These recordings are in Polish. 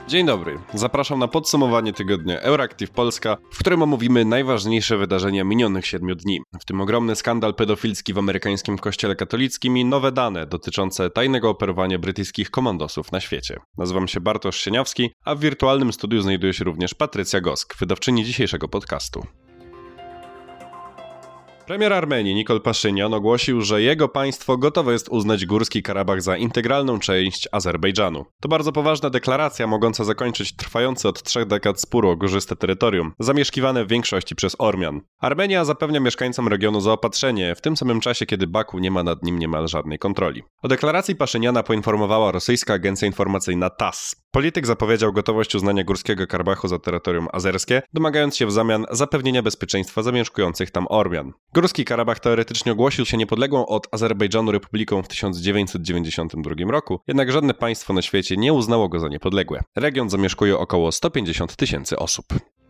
Dzień dobry, zapraszam na podsumowanie tygodnia Euractiv Polska, w którym omówimy najważniejsze wydarzenia minionych 7 dni, w tym ogromny skandal pedofilski w amerykańskim kościele katolickim i nowe dane dotyczące tajnego operowania brytyjskich komandosów na świecie. Nazywam się Bartosz Sieniawski, a w wirtualnym studiu znajduje się również Patrycja Gosk, wydawczyni dzisiejszego podcastu. Premier Armenii Nikol Paszynian ogłosił, że jego państwo gotowe jest uznać Górski Karabach za integralną część Azerbejdżanu. To bardzo poważna deklaracja mogąca zakończyć trwający od 3 dekad spór o górzyste terytorium, zamieszkiwane w większości przez Ormian. Armenia zapewnia mieszkańcom regionu zaopatrzenie, w tym samym czasie, kiedy Baku nie ma nad nim niemal żadnej kontroli. O deklaracji Paszyniana poinformowała rosyjska agencja informacyjna TASS. Polityk zapowiedział gotowość uznania Górskiego Karabachu za terytorium azerskie, domagając się w zamian zapewnienia bezpieczeństwa zamieszkujących tam Ormian. Górski Karabach teoretycznie ogłosił się niepodległą od Azerbejdżanu republiką w 1992 roku, jednak żadne państwo na świecie nie uznało go za niepodległe. Region zamieszkuje około 150 000 osób.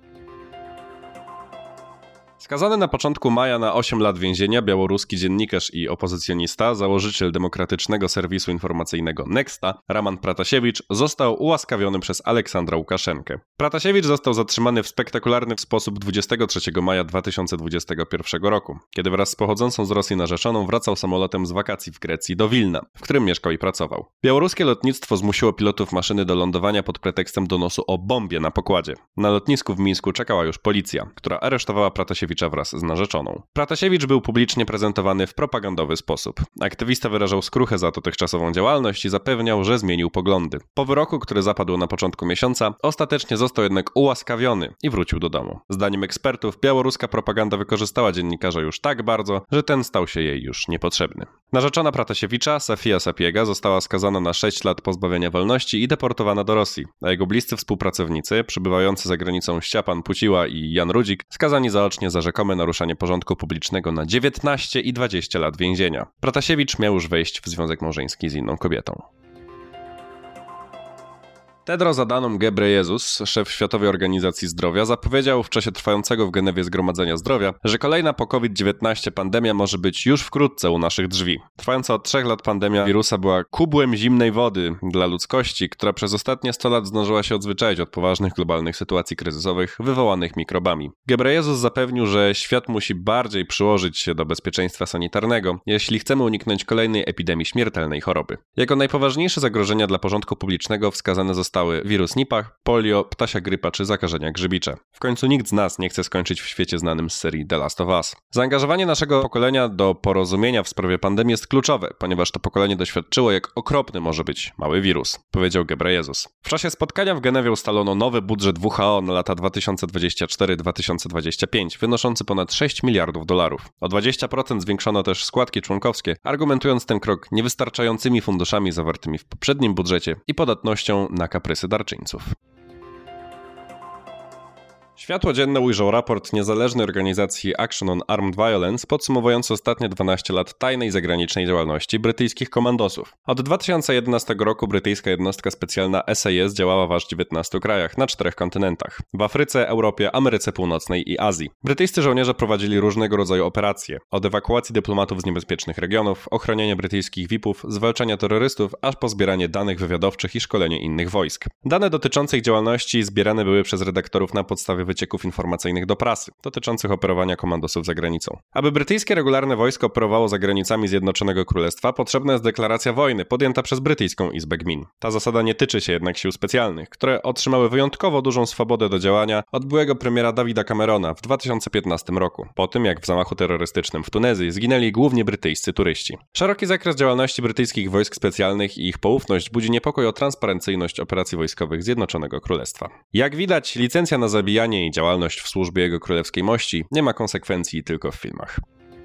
Skazany na początku maja na 8 lat więzienia białoruski dziennikarz i opozycjonista, założyciel demokratycznego serwisu informacyjnego Nexta, Raman Pratasiewicz, został ułaskawiony przez Aleksandra Łukaszenkę. Pratasiewicz został zatrzymany w spektakularny sposób 23 maja 2021 roku, kiedy wraz z pochodzącą z Rosji narzeczoną wracał samolotem z wakacji w Grecji do Wilna, w którym mieszkał i pracował. Białoruskie lotnictwo zmusiło pilotów maszyny do lądowania pod pretekstem donosu o bombie na pokładzie. Na lotnisku w Mińsku czekała już policja, która aresztowała Pratasiewicza wraz z narzeczoną. Pratasiewicz był publicznie prezentowany w propagandowy sposób. Aktywista wyrażał skruchę za dotychczasową działalność i zapewniał, że zmienił poglądy. Po wyroku, który zapadł na początku miesiąca, ostatecznie został jednak ułaskawiony i wrócił do domu. Zdaniem ekspertów, białoruska propaganda wykorzystała dziennikarza już tak bardzo, że ten stał się jej już niepotrzebny. Narzeczona Pratasiewicza, Safia Sapiega, została skazana na 6 lat pozbawienia wolności i deportowana do Rosji, a jego bliscy współpracownicy, przybywający za granicą Ściapan Puciła i Jan Rudzik, skazani zaocznie za rzekome naruszanie porządku publicznego na 19 i 20 lat więzienia. Pratasiewicz miał już wejść w związek małżeński z inną kobietą. Tedros Adhanom Ghebreyesus, szef Światowej Organizacji Zdrowia, zapowiedział w czasie trwającego w Genewie Zgromadzenia Zdrowia, że kolejna po COVID-19 pandemia może być już wkrótce u naszych drzwi. Trwająca od 3 lat pandemia wirusa była kubłem zimnej wody dla ludzkości, która przez ostatnie 100 lat zdążyła się odzwyczaić od poważnych globalnych sytuacji kryzysowych wywołanych mikrobami. Ghebreyesus zapewnił, że świat musi bardziej przyłożyć się do bezpieczeństwa sanitarnego, jeśli chcemy uniknąć kolejnej epidemii śmiertelnej choroby. Jako najpoważniejsze zagrożenia dla porządku publicznego wskazane zostały wirus Nipah, polio, ptasia grypa czy zakażenia grzybicze. W końcu nikt z nas nie chce skończyć w świecie znanym z serii The Last of Us. Zaangażowanie naszego pokolenia do porozumienia w sprawie pandemii jest kluczowe, ponieważ to pokolenie doświadczyło, jak okropny może być mały wirus, powiedział Ghebreyesus. W czasie spotkania w Genewie ustalono nowy budżet WHO na lata 2024-2025, wynoszący ponad $6 miliardów. O 20% zwiększono też składki członkowskie, argumentując ten krok niewystarczającymi funduszami zawartymi w poprzednim budżecie i podatnością na kaprysy darczyńców. Światło dzienne ujrzał raport niezależnej organizacji Action on Armed Violence podsumowujący ostatnie 12 lat tajnej zagranicznej działalności brytyjskich komandosów. Od 2011 roku brytyjska jednostka specjalna SAS działała w aż 19 krajach na 4 kontynentach: w Afryce, Europie, Ameryce Północnej i Azji. Brytyjscy żołnierze prowadzili różnego rodzaju operacje, od ewakuacji dyplomatów z niebezpiecznych regionów, ochronienia brytyjskich VIP-ów, zwalczania terrorystów, aż po zbieranie danych wywiadowczych i szkolenie innych wojsk. Dane dotyczące ich działalności zbierane były przez redaktorów na podstawie wycieków informacyjnych do prasy, dotyczących operowania komandosów za granicą. Aby brytyjskie regularne wojsko operowało za granicami Zjednoczonego Królestwa, potrzebna jest deklaracja wojny podjęta przez brytyjską Izbę Gmin. Ta zasada nie tyczy się jednak sił specjalnych, które otrzymały wyjątkowo dużą swobodę do działania od byłego premiera Davida Camerona w 2015 roku, po tym jak w zamachu terrorystycznym w Tunezji zginęli głównie brytyjscy turyści. Szeroki zakres działalności brytyjskich wojsk specjalnych i ich poufność budzi niepokój o transparencyjność operacji wojskowych Zjednoczonego Królestwa. Jak widać, licencja na zabijanie i działalność w służbie jego królewskiej mości nie ma konsekwencji tylko w filmach.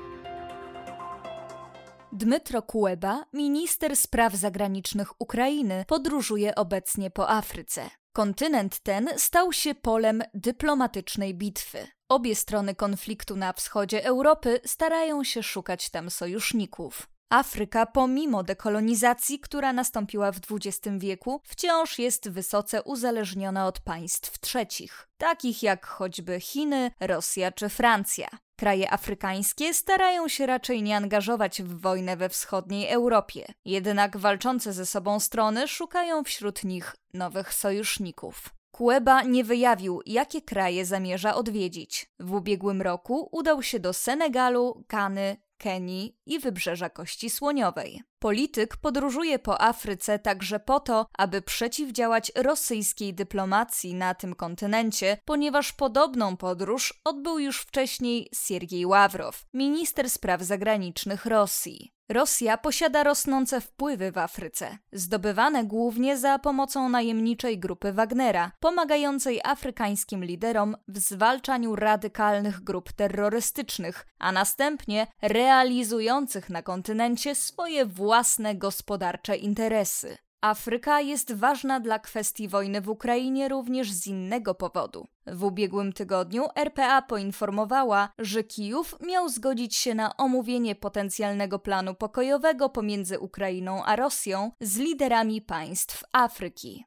Dmytro Kuleba, minister spraw zagranicznych Ukrainy, podróżuje obecnie po Afryce. Kontynent ten stał się polem dyplomatycznej bitwy. Obie strony konfliktu na wschodzie Europy starają się szukać tam sojuszników. Afryka, pomimo dekolonizacji, która nastąpiła w XX wieku, wciąż jest wysoce uzależniona od państw trzecich, takich jak choćby Chiny, Rosja czy Francja. Kraje afrykańskie starają się raczej nie angażować w wojnę we wschodniej Europie, jednak walczące ze sobą strony szukają wśród nich nowych sojuszników. Kueba nie wyjawił, jakie kraje zamierza odwiedzić. W ubiegłym roku udał się do Senegalu, Gany, Kenii i Wybrzeża Kości Słoniowej. Polityk podróżuje po Afryce także po to, aby przeciwdziałać rosyjskiej dyplomacji na tym kontynencie, ponieważ podobną podróż odbył już wcześniej Siergiej Ławrow, minister spraw zagranicznych Rosji. Rosja posiada rosnące wpływy w Afryce, zdobywane głównie za pomocą najemniczej grupy Wagnera, pomagającej afrykańskim liderom w zwalczaniu radykalnych grup terrorystycznych, a następnie realizujących na kontynencie swoje własne gospodarcze interesy. Afryka jest ważna dla kwestii wojny w Ukrainie również z innego powodu. W ubiegłym tygodniu RPA poinformowała, że Kijów miał zgodzić się na omówienie potencjalnego planu pokojowego pomiędzy Ukrainą a Rosją z liderami państw Afryki.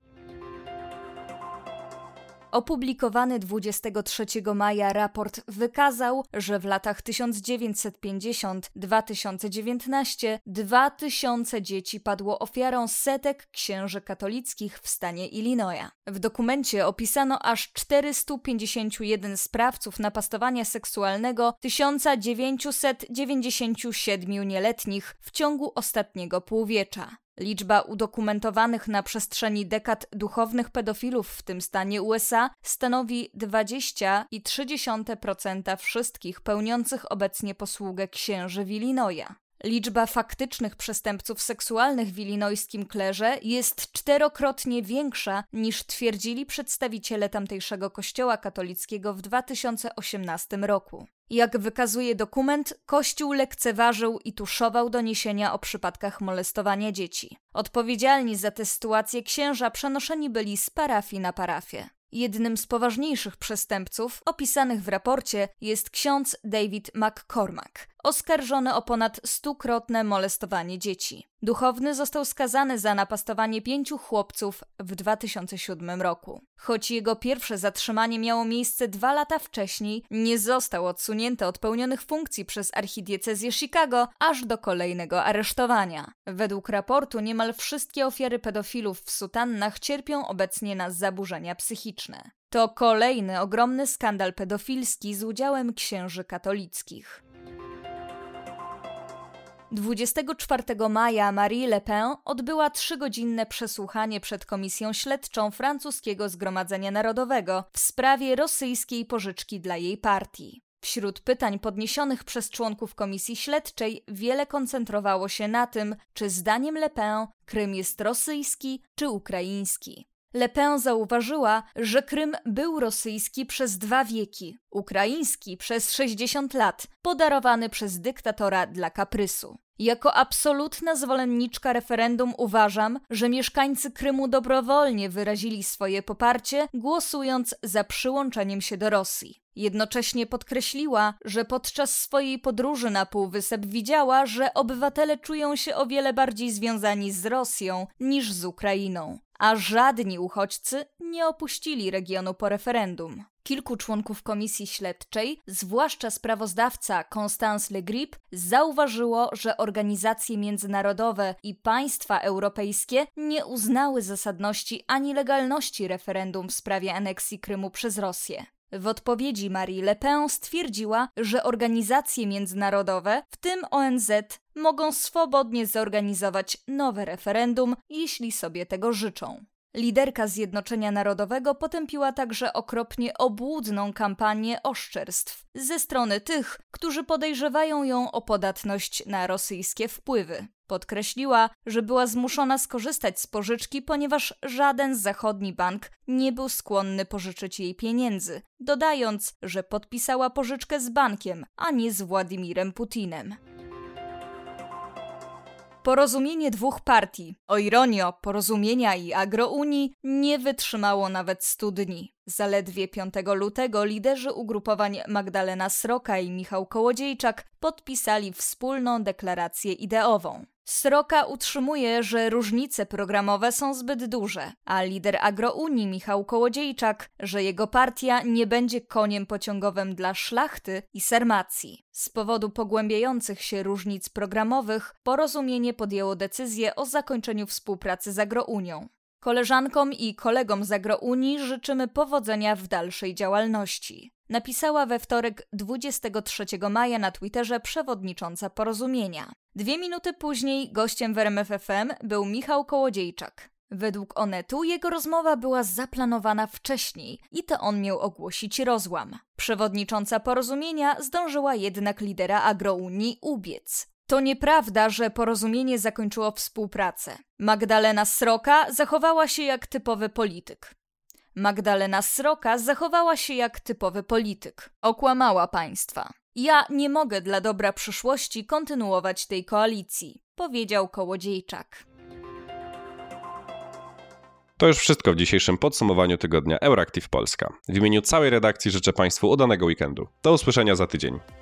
Opublikowany 23 maja raport wykazał, że w latach 1950-2019 2000 dzieci padło ofiarą setek księży katolickich w stanie Illinois. W dokumencie opisano aż 451 sprawców napastowania seksualnego 1997 nieletnich w ciągu ostatniego półwiecza. Liczba udokumentowanych na przestrzeni dekad duchownych pedofilów w tym stanie USA stanowi 20,3% wszystkich pełniących obecnie posługę księży w Illinois. Liczba faktycznych przestępców seksualnych w illinoiskim klerze jest 4-krotnie większa niż twierdzili przedstawiciele tamtejszego kościoła katolickiego w 2018 roku. Jak wykazuje dokument, Kościół lekceważył i tuszował doniesienia o przypadkach molestowania dzieci. Odpowiedzialni za tę sytuację księża przenoszeni byli z parafii na parafię. Jednym z poważniejszych przestępców opisanych w raporcie jest ksiądz David McCormack, oskarżony o ponad 100-krotne molestowanie dzieci. Duchowny został skazany za napastowanie 5 chłopców w 2007 roku. Choć jego pierwsze zatrzymanie miało miejsce 2 lata wcześniej, nie został odsunięty od pełnionych funkcji przez archidiecezję Chicago aż do kolejnego aresztowania. Według raportu niemal wszystkie ofiary pedofilów w sutannach cierpią obecnie na zaburzenia psychiczne. To kolejny ogromny skandal pedofilski z udziałem księży katolickich. 24 maja Marie Le Pen odbyła 3-godzinne przesłuchanie przed Komisją Śledczą francuskiego Zgromadzenia Narodowego w sprawie rosyjskiej pożyczki dla jej partii. Wśród pytań podniesionych przez członków Komisji Śledczej wiele koncentrowało się na tym, czy zdaniem Le Pen Krym jest rosyjski czy ukraiński. Le Pen zauważyła, że Krym był rosyjski przez 2 wieki, ukraiński przez 60 lat, podarowany przez dyktatora dla kaprysu. Jako absolutna zwolenniczka referendum uważam, że mieszkańcy Krymu dobrowolnie wyrazili swoje poparcie, głosując za przyłączeniem się do Rosji. Jednocześnie podkreśliła, że podczas swojej podróży na Półwysep widziała, że obywatele czują się o wiele bardziej związani z Rosją niż z Ukrainą, a żadni uchodźcy nie opuścili regionu po referendum. Kilku członków Komisji Śledczej, zwłaszcza sprawozdawca Constance Le Grip, zauważyło, że organizacje międzynarodowe i państwa europejskie nie uznały zasadności ani legalności referendum w sprawie aneksji Krymu przez Rosję. W odpowiedzi Marie Le Pen stwierdziła, że organizacje międzynarodowe, w tym ONZ, mogą swobodnie zorganizować nowe referendum, jeśli sobie tego życzą. Liderka Zjednoczenia Narodowego potępiła także okropnie obłudną kampanię oszczerstw ze strony tych, którzy podejrzewają ją o podatność na rosyjskie wpływy. Podkreśliła, że była zmuszona skorzystać z pożyczki, ponieważ żaden zachodni bank nie był skłonny pożyczyć jej pieniędzy, dodając, że podpisała pożyczkę z bankiem, a nie z Władimirem Putinem. Porozumienie dwóch partii, o ironio, Porozumienia i Agrounii, nie wytrzymało nawet 100 dni. Zaledwie 5 lutego liderzy ugrupowań Magdalena Sroka i Michał Kołodziejczak podpisali wspólną deklarację ideową. Sroka utrzymuje, że różnice programowe są zbyt duże, a lider Agrounii Michał Kołodziejczak, że jego partia nie będzie koniem pociągowym dla szlachty i Sarmacji. Z powodu pogłębiających się różnic programowych Porozumienie podjęło decyzję o zakończeniu współpracy z Agrounią. Koleżankom i kolegom z Agrounii życzymy powodzenia w dalszej działalności. Napisała we wtorek 23 maja na Twitterze przewodnicząca Porozumienia. 2 minuty później gościem w RMF FM był Michał Kołodziejczak. Według Onetu jego rozmowa była zaplanowana wcześniej i to on miał ogłosić rozłam. Przewodnicząca Porozumienia zdążyła jednak lidera Agrounii ubiec. To nieprawda, że Porozumienie zakończyło współpracę. Magdalena Sroka zachowała się jak typowy polityk. Okłamała państwa. Ja nie mogę dla dobra przyszłości kontynuować tej koalicji, powiedział Kołodziejczak. To już wszystko w dzisiejszym podsumowaniu tygodnia Euractiv Polska. W imieniu całej redakcji życzę Państwu udanego weekendu. Do usłyszenia za tydzień.